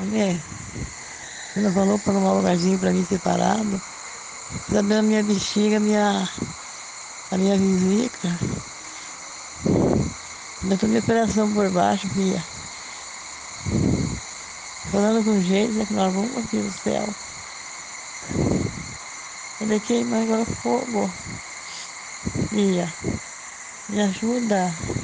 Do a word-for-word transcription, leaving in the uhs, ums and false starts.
Mulher, você não falou para arrumar um lugarzinho para mim separado? Tá dando minha bexiga, minha, a minha vesícula. Eu tô de operação por baixo, filha. Falando com jeito, né, que nós vamos aqui no céu. Ele queima agora fogo. Filha, me ajuda.